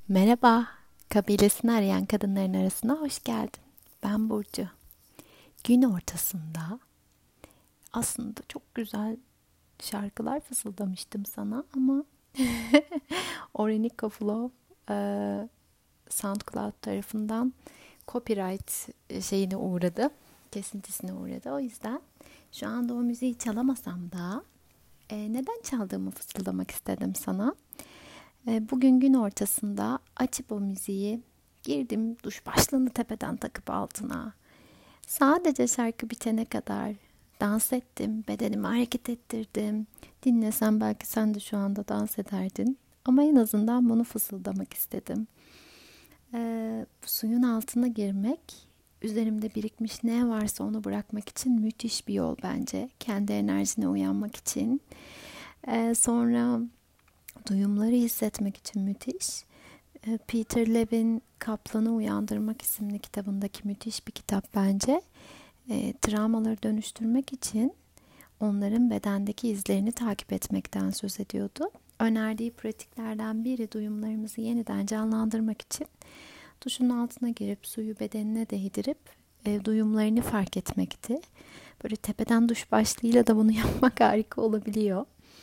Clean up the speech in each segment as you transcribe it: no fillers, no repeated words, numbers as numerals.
Merhaba, kabilesini arayan kadınların arasına hoş geldin. Ben Burcu. Gün ortasında aslında çok güzel şarkılar fısıldamıştım sana ama Orinoco Flow SoundCloud tarafından copyright şeyine uğradı, kesintisine uğradı. O yüzden şu anda o müziği çalamasam da neden çaldığımı fısıldamak istedim sana. Bugün gün ortasında açıp o müziği girdim duş başlığını tepeden takıp altına. Sadece şarkı bitene kadar dans ettim, bedenimi hareket ettirdim. Dinlesem belki sen de şu anda dans ederdin. Ama en azından bunu fısıldamak istedim. Suyun altına girmek, üzerimde birikmiş ne varsa onu bırakmak için müthiş bir yol bence. Kendi enerjine uyanmak için. Sonra duyumları hissetmek için müthiş. Peter Levin Kaplan'ı Uyandırmak isimli kitabındaki müthiş bir kitap bence. Travmaları dönüştürmek için onların bedendeki izlerini takip etmekten söz ediyordu. Önerdiği pratiklerden biri duyumlarımızı yeniden canlandırmak için duşun altına girip suyu bedenine değdirip duyumlarını fark etmekti. Böyle tepeden duş başlığıyla da bunu yapmak harika olabiliyor.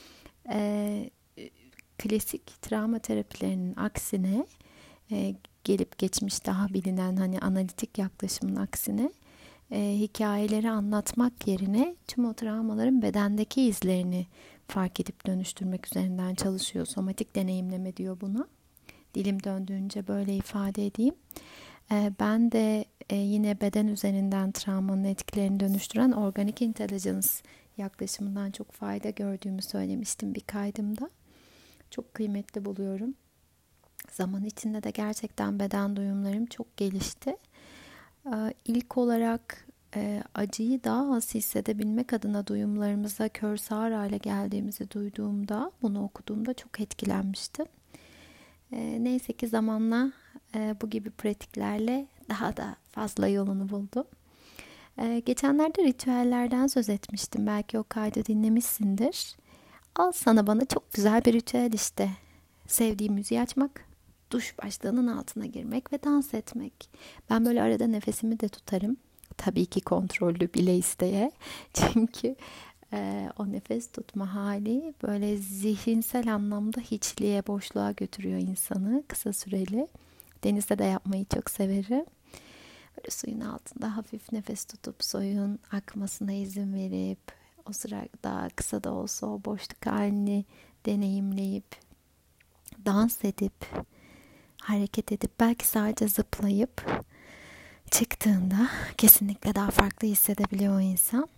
Klasik travma terapilerinin aksine gelip geçmiş daha bilinen hani analitik yaklaşımın aksine hikayeleri anlatmak yerine tüm o travmaların bedendeki izlerini fark edip dönüştürmek üzerinden çalışıyor. Somatik deneyimleme diyor buna. Dilim döndüğünce böyle ifade edeyim. Ben de yine beden üzerinden travmanın etkilerini dönüştüren organic intelligence yaklaşımından çok fayda gördüğümü söylemiştim bir kaydımda. Çok kıymetli buluyorum. Zaman içinde de gerçekten beden duyumlarım çok gelişti. İlk olarak acıyı daha az hissedebilmek adına duyumlarımıza kör sağır hale geldiğimizi duyduğumda, bunu okuduğumda çok etkilenmiştim. Neyse ki zamanla bu gibi pratiklerle daha da fazla yolunu buldum. Geçenlerde ritüellerden söz etmiştim. Belki o kaydı dinlemişsindir. Al sana bana çok güzel bir ritüel işte. Sevdiğim müziği açmak, duş başlığının altına girmek ve dans etmek. Ben böyle arada nefesimi de tutarım. Tabii ki kontrollü bile isteye. Çünkü o nefes tutma hali böyle zihinsel anlamda hiçliğe, boşluğa götürüyor insanı kısa süreli. Denizde de yapmayı çok severim. Böyle suyun altında hafif nefes tutup suyun akmasına izin verip o sırada kısa da olsa o boşluk halini deneyimleyip dans edip hareket edip belki sadece zıplayıp çıktığında kesinlikle daha farklı hissedebiliyor o insan.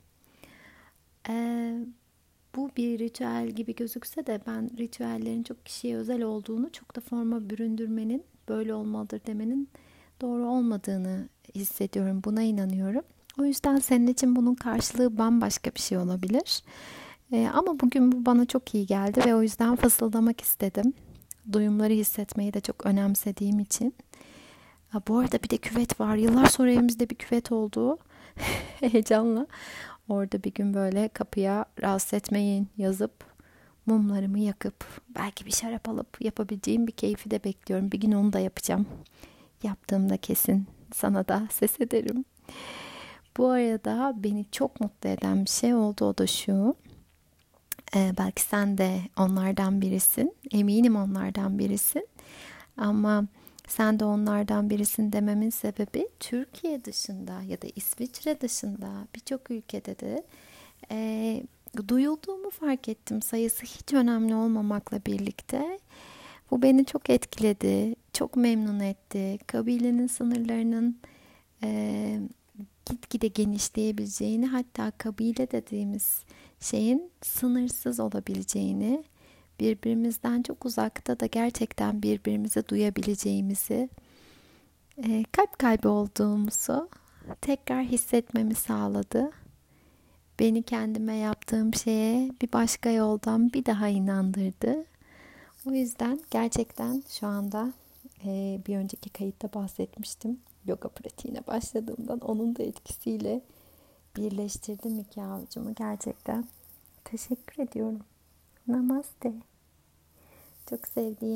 Bu bir ritüel gibi gözükse de ben ritüellerin çok kişiye özel olduğunu, çok da forma büründürmenin, böyle olmalıdır demenin doğru olmadığını hissediyorum. Buna inanıyorum. O yüzden senin için bunun karşılığı bambaşka bir şey olabilir. Ama bugün bu bana çok iyi geldi ve o yüzden fısıldamak istedim. Duyumları hissetmeyi de çok önemsediğim için. Bu arada bir de küvet var. Yıllar sonra evimizde bir küvet oldu. Heyecanla. Orada bir gün böyle kapıya rahatsız etmeyin yazıp mumlarımı yakıp belki bir şarap alıp yapabileceğim bir keyfi de bekliyorum. Bir gün onu da yapacağım. Yaptığımda kesin sana da ses ederim. Bu arada beni çok mutlu eden bir şey oldu, o da şu. Belki sen de onlardan birisin. Eminim onlardan birisin. Ama sen de onlardan birisin dememin sebebi Türkiye dışında ya da İsviçre dışında birçok ülkede de duyulduğumu fark ettim. Sayısı hiç önemli olmamakla birlikte. Bu beni çok etkiledi, çok memnun etti. Kabilenin sınırlarının gitgide genişleyebileceğini, hatta kabile dediğimiz şeyin sınırsız olabileceğini, birbirimizden çok uzakta da gerçekten birbirimizi duyabileceğimizi, kalp kalbi olduğumuzu tekrar hissetmemi sağladı. Beni kendime yaptığım şeye bir başka yoldan bir daha inandırdı. O yüzden gerçekten şu anda bir önceki kayıtta bahsetmiştim. Yoga pratiğine başladığımdan onun da etkisiyle birleştirdim iki avucumu. Gerçekten teşekkür ediyorum. Namaste. Çok sevdiğim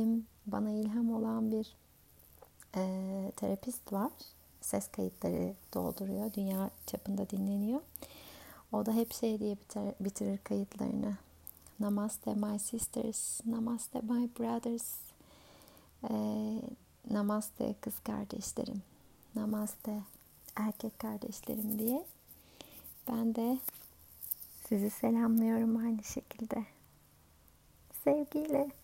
bana ilham olan bir terapist var. Ses kayıtları dolduruyor. Dünya çapında dinleniyor. O da hep şey diye bitirir kayıtlarını. Namaste my sisters, namaste my brothers, namaste kız kardeşlerim, namaste erkek kardeşlerim diye. Ben de sizi selamlıyorum aynı şekilde. Sevgiyle.